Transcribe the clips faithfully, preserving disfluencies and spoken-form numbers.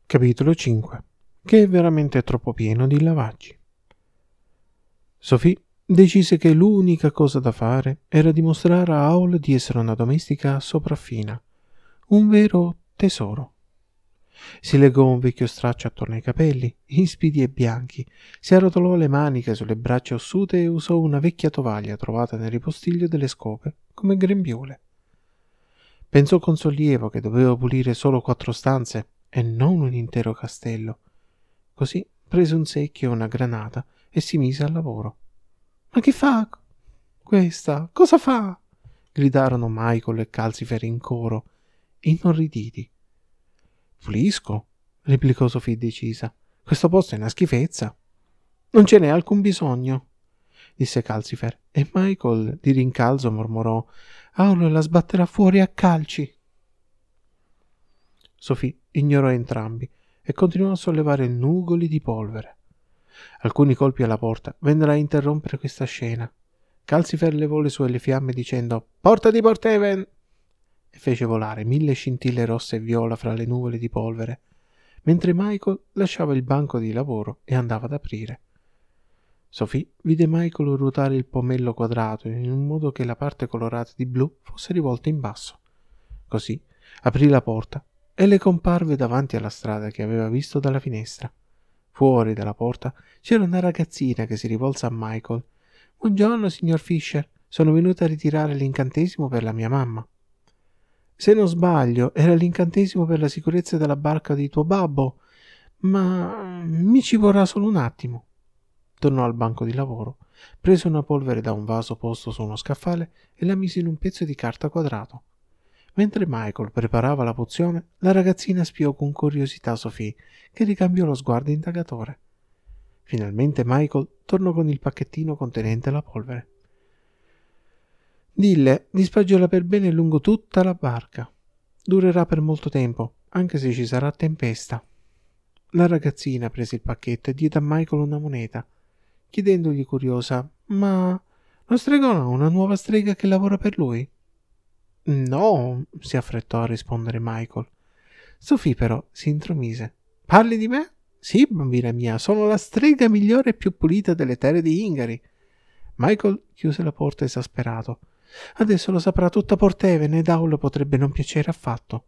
Capitolo cinque. Che è veramente troppo pieno di lavaggi. Sophie decise che l'unica cosa da fare era dimostrare a Howl di essere una domestica sopraffina, un vero tesoro. Si legò un vecchio straccio attorno ai capelli, ispidi e bianchi, si arrotolò le maniche sulle braccia ossute e usò una vecchia tovaglia trovata nel ripostiglio delle scope come grembiule. Pensò con sollievo che doveva pulire solo quattro stanze e non un intero castello. Così prese un secchio e una granata e si mise al lavoro. «Ma che fa questa? Cosa fa?» gridarono Michael e Calcifer in coro, inorriditi. «Pulisco», replicò Sophie decisa. «Questo posto è una schifezza». «Non ce n'è alcun bisogno», disse Calcifer, e Michael di rincalzo mormorò: «Howl la sbatterà fuori a calci». Sophie ignorò entrambi e continuò a sollevare nugoli di polvere. Alcuni colpi alla porta vennero a interrompere questa scena. Calcifer levò le sue fiamme dicendo «Porta di Porthaven!» e fece volare mille scintille rosse e viola fra le nuvole di polvere, mentre Michael lasciava il banco di lavoro e andava ad aprire. Sophie vide Michael ruotare il pomello quadrato in un modo che la parte colorata di blu fosse rivolta in basso. Così aprì la porta e le comparve davanti alla strada che aveva visto dalla finestra. Fuori dalla porta c'era una ragazzina che si rivolse a Michael. «Buongiorno, signor Fisher. Sono venuta a ritirare l'incantesimo per la mia mamma». «Se non sbaglio, era l'incantesimo per la sicurezza della barca di tuo babbo, ma mi ci vorrà solo un attimo». Tornò al banco di lavoro, prese una polvere da un vaso posto su uno scaffale e la mise in un pezzo di carta quadrato. Mentre Michael preparava la pozione, la ragazzina spiò con curiosità Sophie, che ricambiò lo sguardo indagatore. Finalmente Michael tornò con il pacchettino contenente la polvere. «Dille di spargerla per bene lungo tutta la barca. Durerà per molto tempo, anche se ci sarà tempesta». La ragazzina prese il pacchetto e diede a Michael una moneta, chiedendogli curiosa: «Ma lo stregone ha una nuova strega che lavora per lui?» «No», si affrettò a rispondere Michael. Sophie però si intromise. «Parli di me?» «Sì, bambina mia, sono la strega migliore e più pulita delle terre di Ingari». Michael chiuse la porta esasperato. Adesso lo saprà tutta Porthaven ed Howl potrebbe non piacere affatto.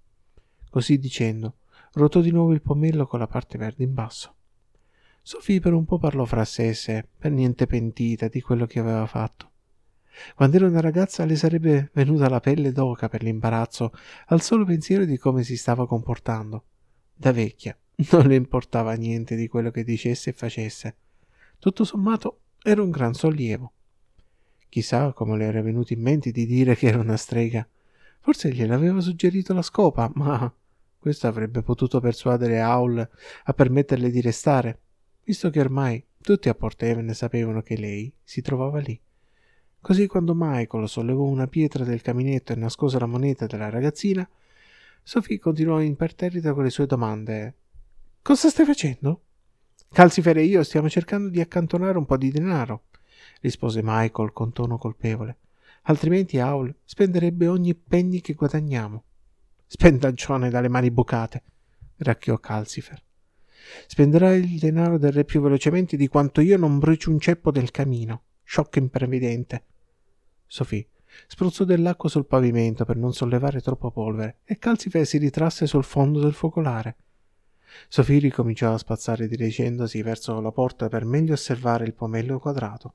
Così dicendo, ruotò di nuovo il pomello con la parte verde in basso. Sophie per un po' parlò fra sé e sé, per niente pentita di quello che aveva fatto. Quando era una ragazza le sarebbe venuta la pelle d'oca per l'imbarazzo al solo pensiero di come si stava comportando. Da vecchia non le importava niente di quello che dicesse e facesse. Tutto sommato era un gran sollievo. Chissà come le era venuto in mente di dire che era una strega. Forse gliel'aveva suggerito la scopa, ma questo avrebbe potuto persuadere Howl a permetterle di restare, visto che ormai tutti a Porthaven sapevano che lei si trovava lì. Così quando Michael sollevò una pietra del caminetto e nascose la moneta della ragazzina, Sophie continuò imperterrita con le sue domande. «Cosa stai facendo?» «Calcifer e io stiamo cercando di accantonare un po' di denaro», rispose Michael con tono colpevole. «Altrimenti Howl spenderebbe ogni penny che guadagniamo». «Spendaccione dalle mani bucate», gracchiò Calcifer. «Spenderai il denaro del re più velocemente di quanto io non bruci un ceppo del camino, sciocco imprevedente». Sophie spruzzò dell'acqua sul pavimento per non sollevare troppa polvere e Calcifer si ritrasse sul fondo del focolare. Sophie ricominciò a spazzare dirigendosi verso la porta per meglio osservare il pomello quadrato.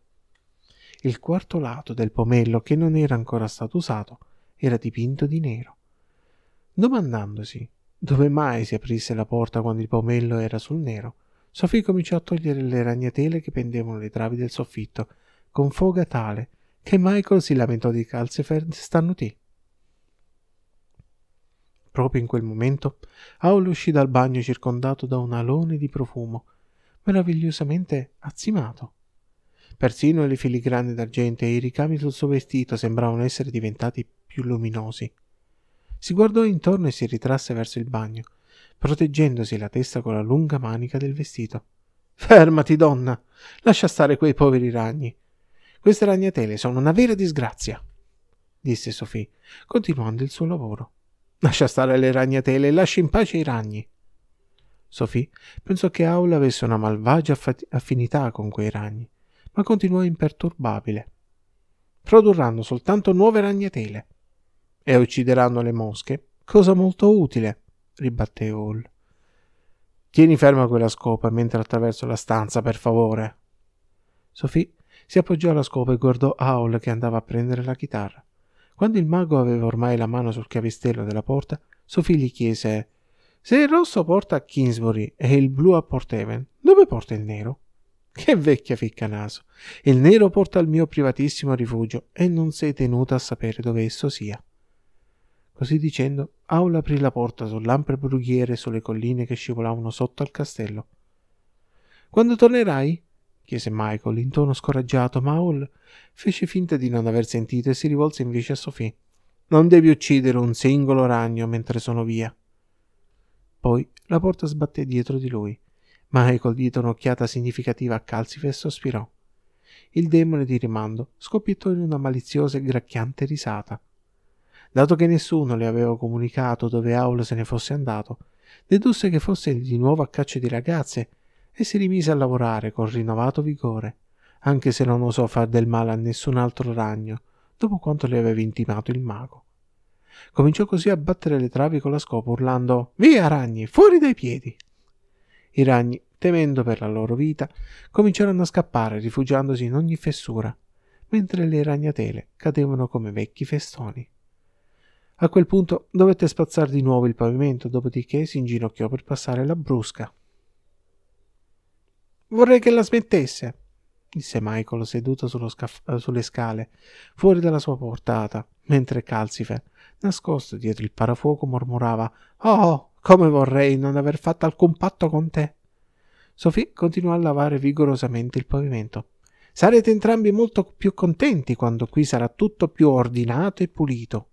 Il quarto lato del pomello, che non era ancora stato usato, era dipinto di nero. Domandandosi dove mai si aprisse la porta quando il pomello era sul nero, Sophie cominciò a togliere le ragnatele che pendevano dai travi del soffitto con foga tale che Michael si lamentò di Calcifer e starnutì. Proprio in quel momento Howl uscì dal bagno circondato da un alone di profumo, meravigliosamente azzimato. Persino le filigrane d'argento e i ricami sul suo vestito sembravano essere diventati più luminosi. Si guardò intorno e si ritrasse verso il bagno, proteggendosi la testa con la lunga manica del vestito. «Fermati, donna! Lascia stare quei poveri ragni! Queste ragnatele sono una vera disgrazia», disse Sophie, continuando il suo lavoro. «Lascia stare le ragnatele e lascia in pace i ragni». Sophie pensò che Howl avesse una malvagia affinità con quei ragni, ma continuò imperturbabile. Produrranno soltanto nuove ragnatele e uccideranno le mosche, cosa molto utile, ribatté Hall. Tieni ferma quella scopa mentre attraverso la stanza, per favore. Sophie si appoggiò alla scopa e guardò Howl che andava a prendere la chitarra. Quando il mago aveva ormai la mano sul chiavistello della porta, Sophie gli chiese: se il rosso porta a Kingsbury e il blu a Port Even, dove porta il nero? Che vecchia ficcanaso! Il nero porta al mio privatissimo rifugio e non sei tenuta a sapere dove esso sia. Così dicendo, Howl aprì la porta sull'ampie brughiere sulle colline che scivolavano sotto al castello. Quando tornerai? Chiese Michael in tono scoraggiato, ma Howl fece finta di non aver sentito e si rivolse invece a Sophie. Non devi uccidere un singolo ragno mentre sono via. Poi la porta sbatté dietro di lui. Michael diede un'occhiata significativa a Calcife e sospirò. Il demone di rimando scoppiettò in una maliziosa e gracchiante risata. Dato che nessuno le aveva comunicato dove Howl se ne fosse andato, dedusse che fosse di nuovo a caccia di ragazze e si rimise a lavorare con rinnovato vigore, anche se non osò far del male a nessun altro ragno, dopo quanto le aveva intimato il mago. Cominciò così a battere le travi con la scopa, urlando: «Via, ragni, fuori dai piedi!» I ragni, temendo per la loro vita, cominciarono a scappare, rifugiandosi in ogni fessura, mentre le ragnatele cadevano come vecchi festoni. A quel punto dovette spazzare di nuovo il pavimento, dopodiché si inginocchiò per passare la brusca. «Vorrei che la smettesse», disse Michael seduto sullo scaff- sulle scale, fuori dalla sua portata, mentre Calcife, nascosto dietro il parafuoco, mormorava: «Oh, come vorrei non aver fatto alcun patto con te!» Sophie continuò a lavare vigorosamente il pavimento. «Sarete entrambi molto più contenti quando qui sarà tutto più ordinato e pulito».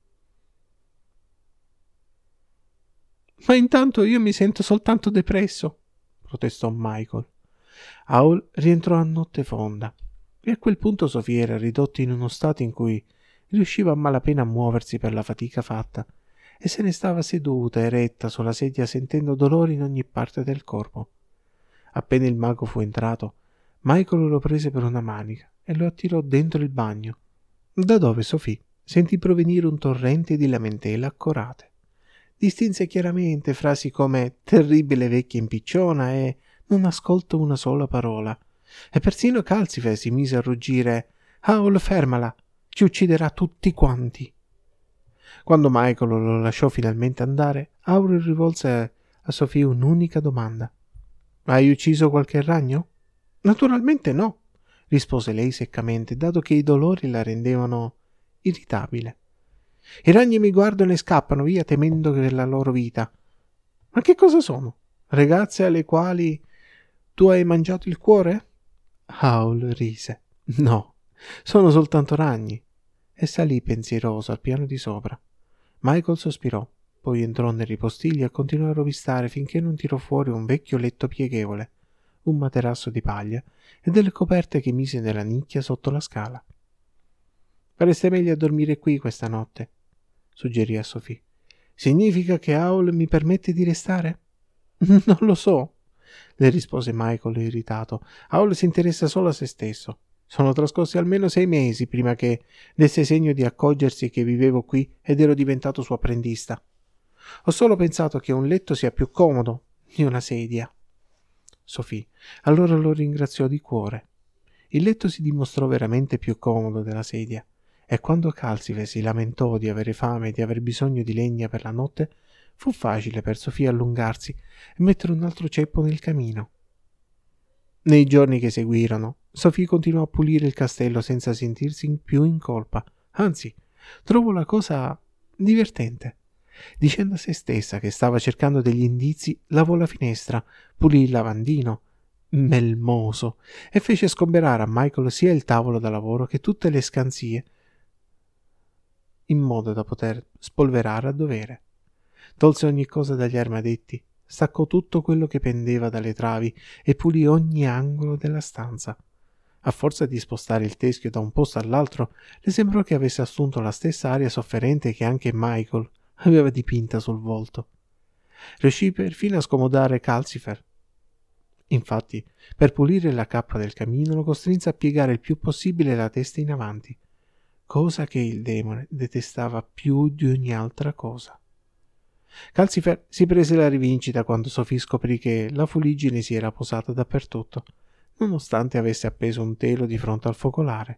«Ma intanto io mi sento soltanto depresso», protestò Michael. Howl rientrò a notte fonda e a quel punto Sophie era ridotta in uno stato in cui riusciva a malapena a muoversi per la fatica fatta e se ne stava seduta eretta sulla sedia sentendo dolori in ogni parte del corpo. Appena il mago fu entrato, Michael lo prese per una manica e lo attirò dentro il bagno, da dove Sophie sentì provenire un torrente di lamentele accorate. Distinse chiaramente frasi come «terribile vecchia impicciona» e «non ascolto una sola parola», e persino Calcife si mise a ruggire «Howl, fermala, ci ucciderà tutti quanti». Quando Michael lo lasciò finalmente andare, Howl rivolse a Sophie un'unica domanda: «Hai ucciso qualche ragno?» «Naturalmente no», rispose lei seccamente, dato che i dolori la rendevano irritabile. «I ragni mi guardano e scappano via temendo per la loro vita». «Ma che cosa sono? Ragazze alle quali tu hai mangiato il cuore?» Howl rise. «No, sono soltanto ragni», e salì pensieroso al piano di sopra. Michael sospirò, poi entrò nel ripostiglio e continuò a rovistare finché non tirò fuori un vecchio letto pieghevole, un materasso di paglia e delle coperte che mise nella nicchia sotto la scala. «Fareste meglio a dormire qui questa notte», suggerì a Sophie. «Significa che Howl mi permette di restare?» «Non lo so», le rispose Michael irritato. «Howl si interessa solo a se stesso. Sono trascorsi almeno sei mesi prima che desse segno di accorgersi che vivevo qui ed ero diventato suo apprendista. Ho solo pensato che un letto sia più comodo di una sedia». Sophie allora lo ringraziò di cuore. Il letto si dimostrò veramente più comodo della sedia, e quando Calcife si lamentò di avere fame e di aver bisogno di legna per la notte, fu facile per Sophie allungarsi e mettere un altro ceppo nel camino. Nei giorni che seguirono, Sophie continuò a pulire il castello senza sentirsi più in colpa, anzi, trovò la cosa divertente. Dicendo a se stessa che stava cercando degli indizi, lavò la finestra, pulì il lavandino, melmoso, e fece sgomberare a Michael sia il tavolo da lavoro che tutte le scansie, in modo da poter spolverare a dovere. Tolse ogni cosa dagli armadietti, staccò tutto quello che pendeva dalle travi e pulì ogni angolo della stanza. A forza di spostare il teschio da un posto all'altro, le sembrò che avesse assunto la stessa aria sofferente che anche Michael aveva dipinta sul volto. Riuscì perfino a scomodare Calcifer. Infatti, per pulire la cappa del camino lo costrinse a piegare il più possibile la testa in avanti, cosa che il demone detestava più di ogni altra cosa. Calcifer si prese la rivincita quando Sophie scoprì che la fuliggine si era posata dappertutto, nonostante avesse appeso un telo di fronte al focolare.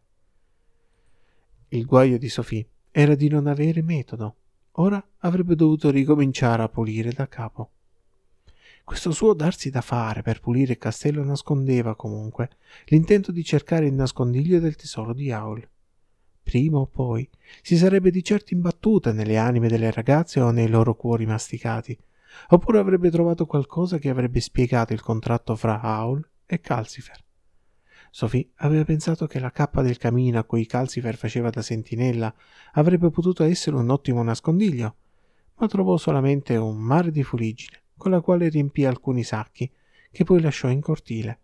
Il guaio di Sophie era di non avere metodo. Ora avrebbe dovuto ricominciare a pulire da capo. Questo suo darsi da fare per pulire il castello nascondeva, comunque, l'intento di cercare il nascondiglio del tesoro di Howl. Prima o poi si sarebbe di certo imbattuta nelle anime delle ragazze o nei loro cuori masticati, oppure avrebbe trovato qualcosa che avrebbe spiegato il contratto fra Howl e Calcifer. Sophie aveva pensato che la cappa del camino a cui Calcifer faceva da sentinella avrebbe potuto essere un ottimo nascondiglio, ma trovò solamente un mare di fuliggine, con la quale riempì alcuni sacchi, che poi lasciò in cortile.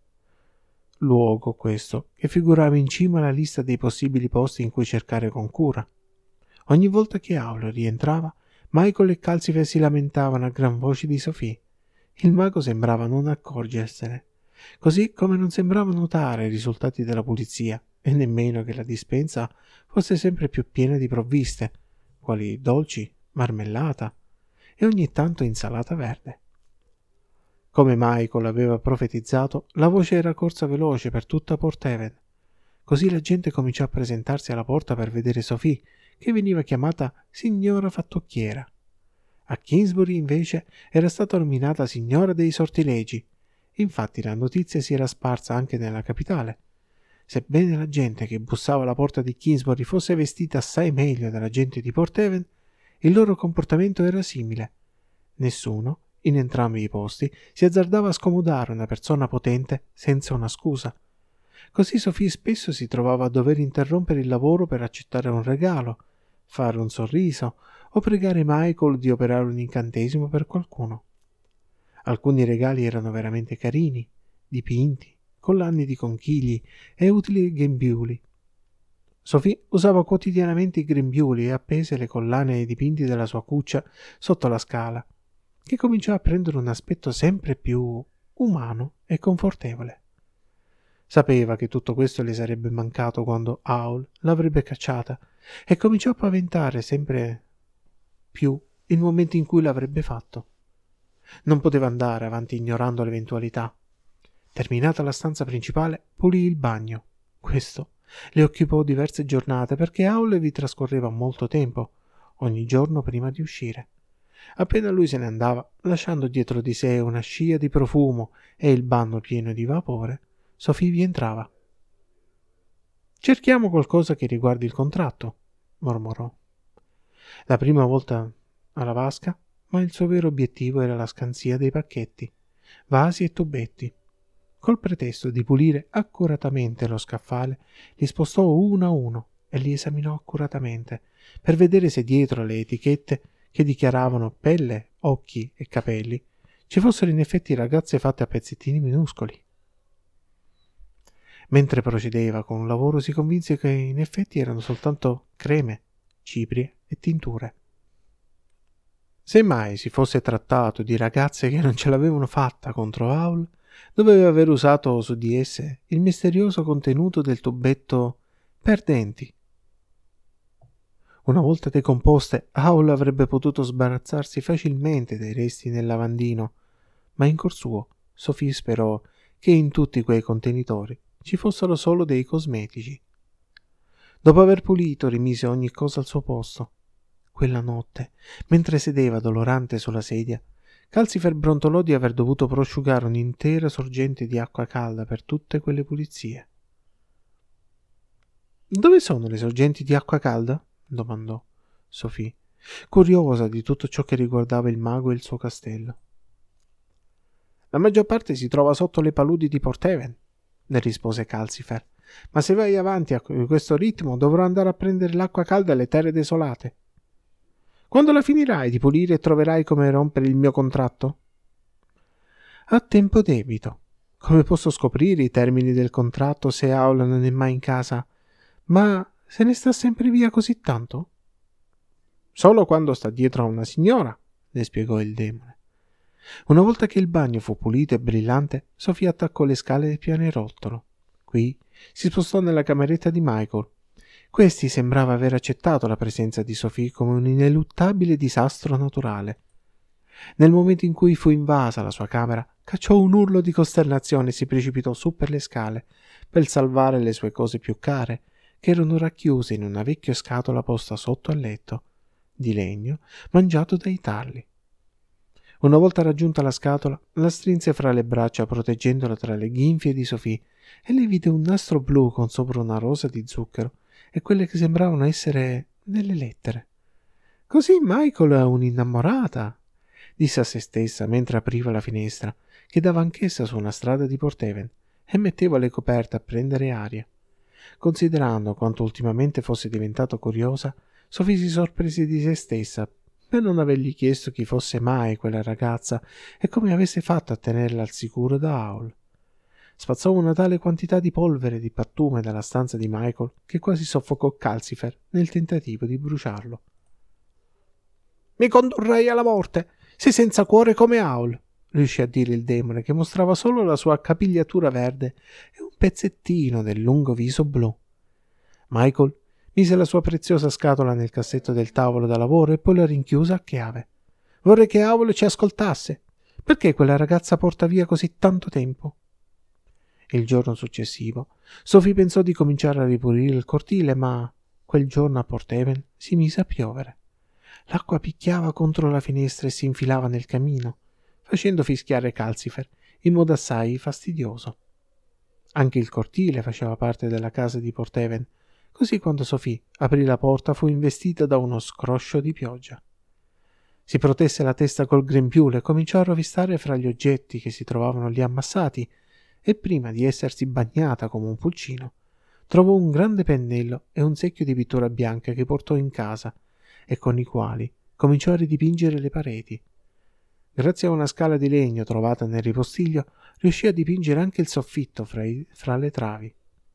Luogo questo che figurava in cima alla lista dei possibili posti in cui cercare con cura. Ogni volta che Howl rientrava, Michael e Calcifer si lamentavano a gran voci di Sophie. Il mago sembrava non accorgersene, così come non sembrava notare i risultati della pulizia e nemmeno che la dispensa fosse sempre più piena di provviste, quali dolci, marmellata e ogni tanto insalata verde. Come Michael aveva profetizzato, la voce era corsa veloce per tutta Port Even. Così la gente cominciò a presentarsi alla porta per vedere Sophie, che veniva chiamata signora fattocchiera. A Kingsbury, invece, era stata nominata signora dei sortilegi. Infatti la notizia si era sparsa anche nella capitale. Sebbene la gente che bussava alla porta di Kingsbury fosse vestita assai meglio della gente di Port Even, il loro comportamento era simile. Nessuno, in entrambi i posti, si azzardava a scomodare una persona potente senza una scusa. Così Sophie spesso si trovava a dover interrompere il lavoro per accettare un regalo, fare un sorriso o pregare Michael di operare un incantesimo per qualcuno. Alcuni regali erano veramente carini, dipinti, collane di conchigli e utili grembiuli. Sophie usava quotidianamente i grembiuli e appese le collane e i dipinti della sua cuccia sotto la scala, che cominciò a prendere un aspetto sempre più umano e confortevole. Sapeva che tutto questo le sarebbe mancato quando Howl l'avrebbe cacciata e cominciò a paventare sempre più il momento in cui l'avrebbe fatto. Non poteva andare avanti ignorando l'eventualità. Terminata la stanza principale, pulì il bagno. Questo le occupò diverse giornate perché Howl vi trascorreva molto tempo, ogni giorno prima di uscire. Appena lui se ne andava, lasciando dietro di sé una scia di profumo e il bagno pieno di vapore, Sophie vi entrava. «Cerchiamo qualcosa che riguardi il contratto», mormorò. La prima volta alla vasca, ma il suo vero obiettivo era la scansia dei pacchetti, vasi e tubetti. Col pretesto di pulire accuratamente lo scaffale, li spostò uno a uno e li esaminò accuratamente, per vedere se dietro le etichette che dichiaravano pelle, occhi e capelli ci fossero in effetti ragazze fatte a pezzettini minuscoli. Mentre procedeva con un lavoro si convinse che in effetti erano soltanto creme, ciprie e tinture. Se mai si fosse trattato di ragazze che non ce l'avevano fatta contro Howl, doveva aver usato su di esse il misterioso contenuto del tubetto per denti. Una volta decomposte, Howl avrebbe potuto sbarazzarsi facilmente dei resti nel lavandino, ma in cuor suo Sophie sperò che in tutti quei contenitori ci fossero solo dei cosmetici. Dopo aver pulito, rimise ogni cosa al suo posto. Quella notte, mentre sedeva dolorante sulla sedia, Calcifer brontolò di aver dovuto prosciugare un'intera sorgente di acqua calda per tutte quelle pulizie. «Dove sono le sorgenti di acqua calda?» domandò Sophie, curiosa di tutto ciò che riguardava il mago e il suo castello. «La maggior parte si trova sotto le paludi di Port Even», le rispose Calcifer, «ma se vai avanti a questo ritmo dovrò andare a prendere l'acqua calda alle terre desolate. Quando la finirai di pulire e troverai come rompere il mio contratto?» «A tempo debito. Come posso scoprire i termini del contratto se Howl non è mai in casa? Ma se ne sta sempre via così tanto?» «Solo quando sta dietro a una signora», le spiegò il demone. Una volta che il bagno fu pulito e brillante, Sofia attaccò le scale del pianerottolo. Qui si spostò nella cameretta di Michael. Questi sembrava aver accettato la presenza di Sophie come un ineluttabile disastro naturale. Nel momento in cui fu invasa la sua camera, cacciò un urlo di costernazione e si precipitò su per le scale per salvare le sue cose più care, che erano racchiuse in una vecchia scatola posta sotto al letto, di legno, mangiato dai tarli. Una volta raggiunta la scatola, la strinse fra le braccia proteggendola tra le ghinfie di Sophie e le vide un nastro blu con sopra una rosa di zucchero e quelle che sembravano essere delle lettere. «Così Michael è un'innamorata», disse a se stessa mentre apriva la finestra, che dava anch'essa su una strada di Port Even, e metteva le coperte a prendere aria. Considerando quanto ultimamente fosse diventato curiosa, Sophie si sorprese di se stessa per non avergli chiesto chi fosse mai quella ragazza e come avesse fatto a tenerla al sicuro da Howl. Spazzò una tale quantità di polvere e di pattume dalla stanza di Michael che quasi soffocò Calcifer nel tentativo di bruciarlo. «Mi condurrei alla morte, sei senza cuore come Howl», riuscì a dire il demone, che mostrava solo la sua capigliatura verde e un pezzettino del lungo viso blu. Michael mise la sua preziosa scatola nel cassetto del tavolo da lavoro e poi la rinchiuse a chiave. «Vorrei che Howl ci ascoltasse. Perché quella ragazza porta via così tanto tempo?» Il giorno successivo, Sophie pensò di cominciare a ripulire il cortile, ma quel giorno a Port Even si mise a piovere. L'acqua picchiava contro la finestra e si infilava nel camino, facendo fischiare Calcifer in modo assai fastidioso. Anche il cortile faceva parte della casa di Port Even, così quando Sophie aprì la porta fu investita da uno scroscio di pioggia. Si protesse la testa col grembiule e cominciò a rovistare fra gli oggetti che si trovavano lì ammassati, e prima di essersi bagnata come un pulcino, trovò un grande pennello e un secchio di pittura bianca che portò in casa e con i quali cominciò a ridipingere le pareti. Grazie a una scala di legno trovata nel ripostiglio, riuscì a dipingere anche il soffitto fra, i, fra le travi.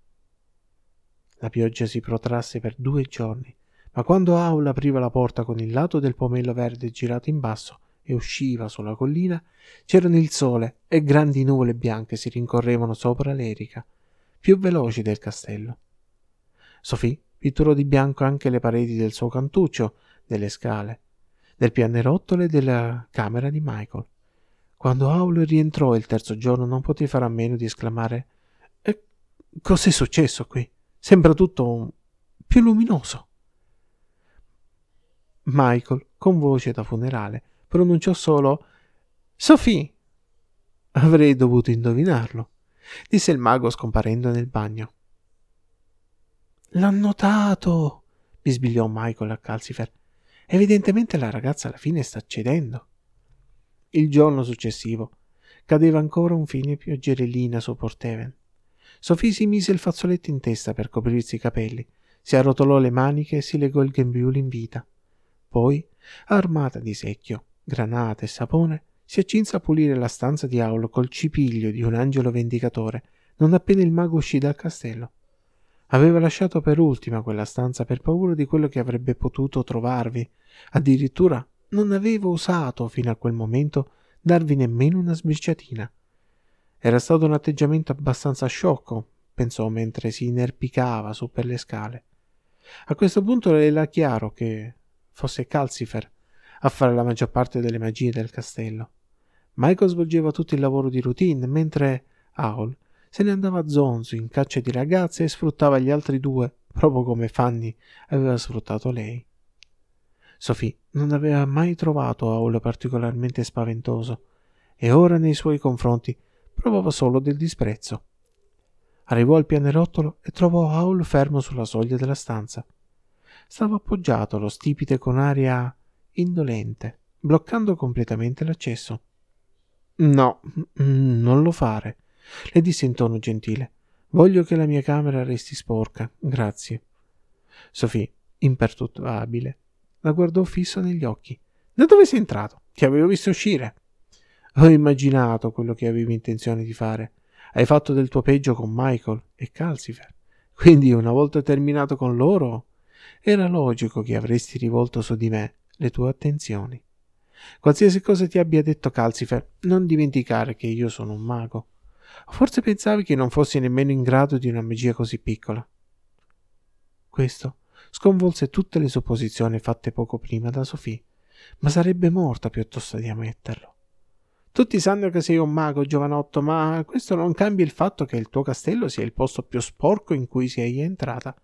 La pioggia si protrasse per due giorni, ma quando Howl apriva la porta con il lato del pomello verde girato in basso e usciva sulla collina, c'erano il sole e grandi nuvole bianche si rincorrevano sopra l'erica, più veloci del castello. Sophie pitturò di bianco anche le pareti del suo cantuccio, delle scale, del pianerottolo e della camera di Michael. Quando Howl rientrò il terzo giorno non poté fare a meno di esclamare: «E cos'è successo qui? Sembra tutto più luminoso». Michael, con voce da funerale, pronunciò solo «Sophie!» «Avrei dovuto indovinarlo», disse il mago scomparendo nel bagno. «L'ha notato!» bisbigliò Michael a Calcifer. «Evidentemente la ragazza alla fine sta cedendo». Il giorno successivo cadeva ancora un fine pioggerellina su Port Even. Sophie si mise il fazzoletto in testa per coprirsi i capelli, si arrotolò le maniche e si legò il grembiule in vita. Poi, armata di secchio, granate e sapone, si accinse a pulire la stanza di Howl col cipiglio di un angelo vendicatore non appena il mago uscì dal castello. Aveva lasciato per ultima quella stanza per paura di quello che avrebbe potuto trovarvi. Addirittura non aveva osato fino a quel momento darvi nemmeno una sbirciatina. Era stato un atteggiamento abbastanza sciocco, pensò mentre si inerpicava su per le scale. A questo punto le era chiaro che fosse Calcifer a fare la maggior parte delle magie del castello. Michael svolgeva tutto il lavoro di routine, mentre Howl se ne andava zonzo in caccia di ragazze e sfruttava gli altri due, proprio come Fanny aveva sfruttato lei. Sophie non aveva mai trovato Howl particolarmente spaventoso e ora nei suoi confronti provava solo del disprezzo. Arrivò al pianerottolo e trovò Howl fermo sulla soglia della stanza. Stava appoggiato allo stipite con aria indolente, bloccando completamente l'accesso. «No, non lo fare», le disse in tono gentile. «Voglio che la mia camera resti sporca, grazie». Sophie, imperturbabile, la guardò fisso negli occhi. «Da dove sei entrato? Ti avevo visto uscire». «Ho immaginato quello che avevi intenzione di fare. Hai fatto del tuo peggio con Michael e Calcifer. Quindi, una volta terminato con loro, era logico che avresti rivolto su di me le tue attenzioni. Qualsiasi cosa ti abbia detto Calcifer, non dimenticare che io sono un mago. O forse pensavi che non fossi nemmeno in grado di una magia così piccola. Questo sconvolse tutte le supposizioni fatte poco prima da Sophie, ma sarebbe morta piuttosto di ammetterlo. Tutti sanno che sei un mago, giovanotto, ma questo non cambia il fatto che il tuo castello sia il posto più sporco in cui sei entrata.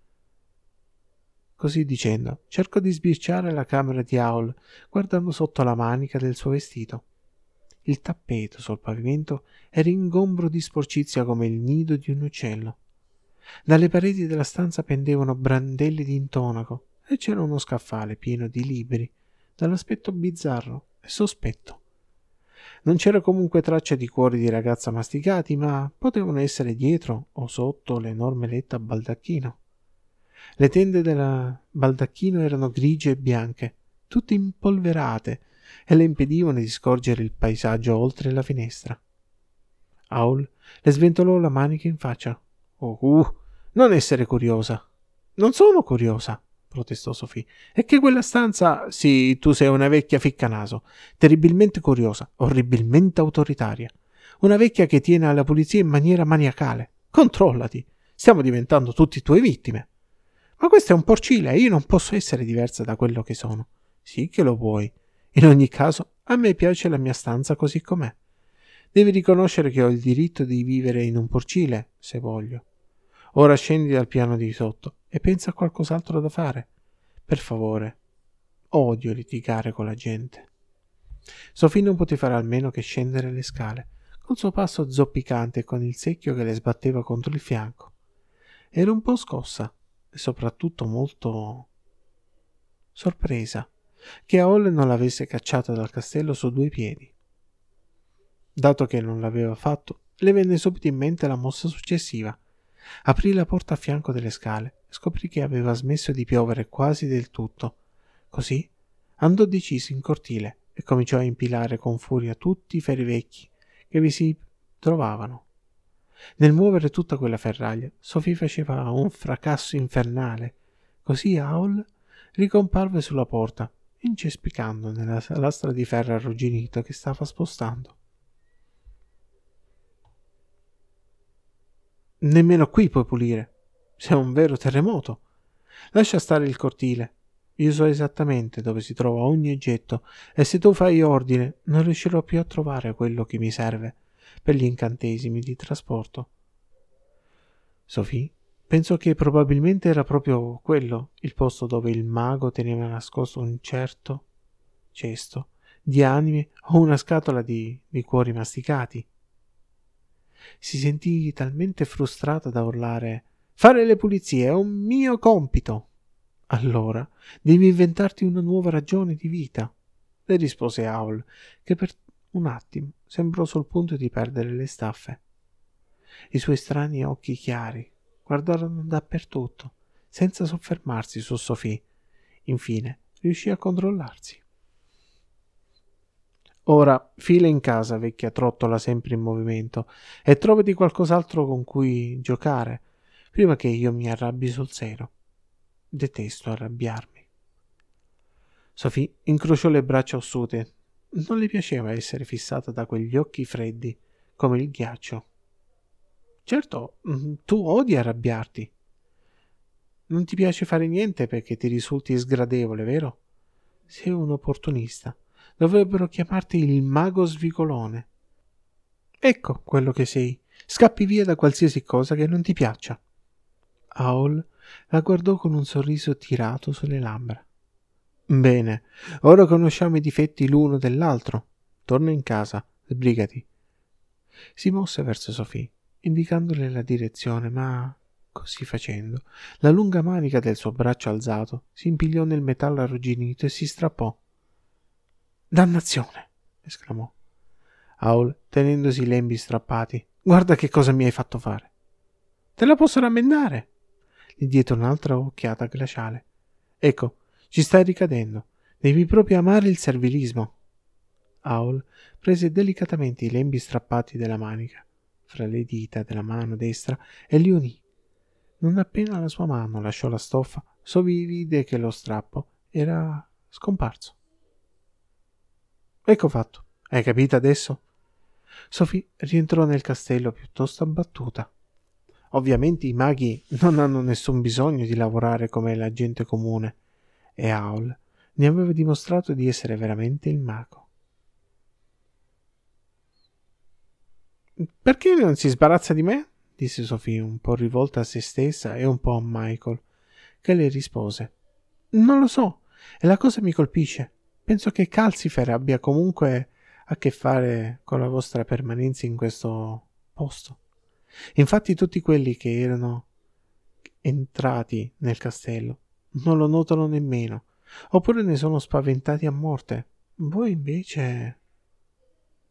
Così dicendo, cercò di sbirciare la camera di Howl, guardando sotto la manica del suo vestito. Il tappeto sul pavimento era ingombro di sporcizia come il nido di un uccello. Dalle pareti della stanza pendevano brandelli di intonaco e c'era uno scaffale pieno di libri, dall'aspetto bizzarro e sospetto. Non c'era comunque traccia di cuori di ragazza masticati, ma potevano essere dietro o sotto l'enorme letto a baldacchino. Le tende del baldacchino erano grigie e bianche, tutte impolverate, e le impedivano di scorgere il paesaggio oltre la finestra. Howl le sventolò la manica in faccia. Oh, uh, non essere curiosa. Non sono curiosa, protestò Sophie. È che quella stanza, sì, tu sei una vecchia ficcanaso, terribilmente curiosa, orribilmente autoritaria. Una vecchia che tiene alla pulizia in maniera maniacale. Controllati, stiamo diventando tutti tue vittime. Ma questo è un porcile e io non posso essere diversa da quello che sono. Sì che lo puoi. In ogni caso, a me piace la mia stanza così com'è. Devi riconoscere che ho il diritto di vivere in un porcile, se voglio. Ora scendi dal piano di sotto e pensa a qualcos'altro da fare. Per favore. Odio litigare con la gente. Sophie non poté fare almeno che scendere le scale, col suo passo zoppicante e con il secchio che le sbatteva contro il fianco. Era un po' scossa e soprattutto molto sorpresa che Howl non l'avesse cacciata dal castello su due piedi. Dato che non l'aveva fatto, le venne subito in mente la mossa successiva. Aprì la porta a fianco delle scale e scoprì che aveva smesso di piovere quasi del tutto. Così andò deciso in cortile e cominciò a impilare con furia tutti i ferri vecchi che vi si trovavano. Nel muovere tutta quella ferraglia, Sophie faceva un fracasso infernale. Così Howl ricomparve sulla porta, incespicando nella lastra di ferro arrugginito che stava spostando. Nemmeno qui puoi pulire. Sei un vero terremoto. Lascia stare il cortile. Io so esattamente dove si trova ogni oggetto e se tu fai ordine non riuscirò più a trovare quello che mi serve per gli incantesimi di trasporto. Sophie pensò che probabilmente era proprio quello il posto dove il mago teneva nascosto un certo cesto di anime o una scatola di, di cuori masticati. Si sentì talmente frustrata da urlare: «Fare le pulizie è un mio compito!» «Allora devi inventarti una nuova ragione di vita», le rispose Howl, che per un attimo sembrò sul punto di perdere le staffe. I suoi strani occhi chiari guardarono dappertutto, senza soffermarsi su Sophie. Infine riuscì a controllarsi. «Ora fila in casa, vecchia trottola sempre in movimento, e trovati qualcos'altro con cui giocare, prima che io mi arrabbi sul serio. Detesto arrabbiarmi». Sophie incrociò le braccia ossute. Non le piaceva essere fissata da quegli occhi freddi, come il ghiaccio. «Certo, tu odi arrabbiarti. Non ti piace fare niente perché ti risulti sgradevole, vero? Sei un opportunista. Dovrebbero chiamarti il mago svigolone. Ecco quello che sei. Scappi via da qualsiasi cosa che non ti piaccia». Howl la guardò con un sorriso tirato sulle labbra. «Bene, ora conosciamo i difetti l'uno dell'altro. Torna in casa, sbrigati». Si mosse verso Sophie, indicandole la direzione, ma così facendo la lunga manica del suo braccio alzato si impigliò nel metallo arrugginito e si strappò. «Dannazione!» esclamò Howl, tenendosi i lembi strappati. «Guarda che cosa mi hai fatto fare!» «Te la posso rammendare!» Gli diede un'altra occhiata glaciale. «Ecco, ci stai ricadendo. Devi proprio amare il servilismo». Howl prese delicatamente i lembi strappati della manica fra le dita della mano destra e li unì. Non appena la sua mano lasciò la stoffa, Sophie vide che lo strappo era scomparso. Ecco fatto. Hai capito adesso? Sophie rientrò nel castello piuttosto abbattuta. Ovviamente i maghi non hanno nessun bisogno di lavorare come la gente comune, e Howl ne aveva dimostrato di essere veramente il mago. Perché non si sbarazza di me? Disse Sophie, un po' rivolta a se stessa e un po' a Michael, che le rispose: Non lo so, e la cosa mi colpisce. Penso che Calcifer abbia comunque a che fare con la vostra permanenza in questo posto. Infatti tutti quelli che erano entrati nel castello non lo notano nemmeno, oppure ne sono spaventati a morte. Voi invece...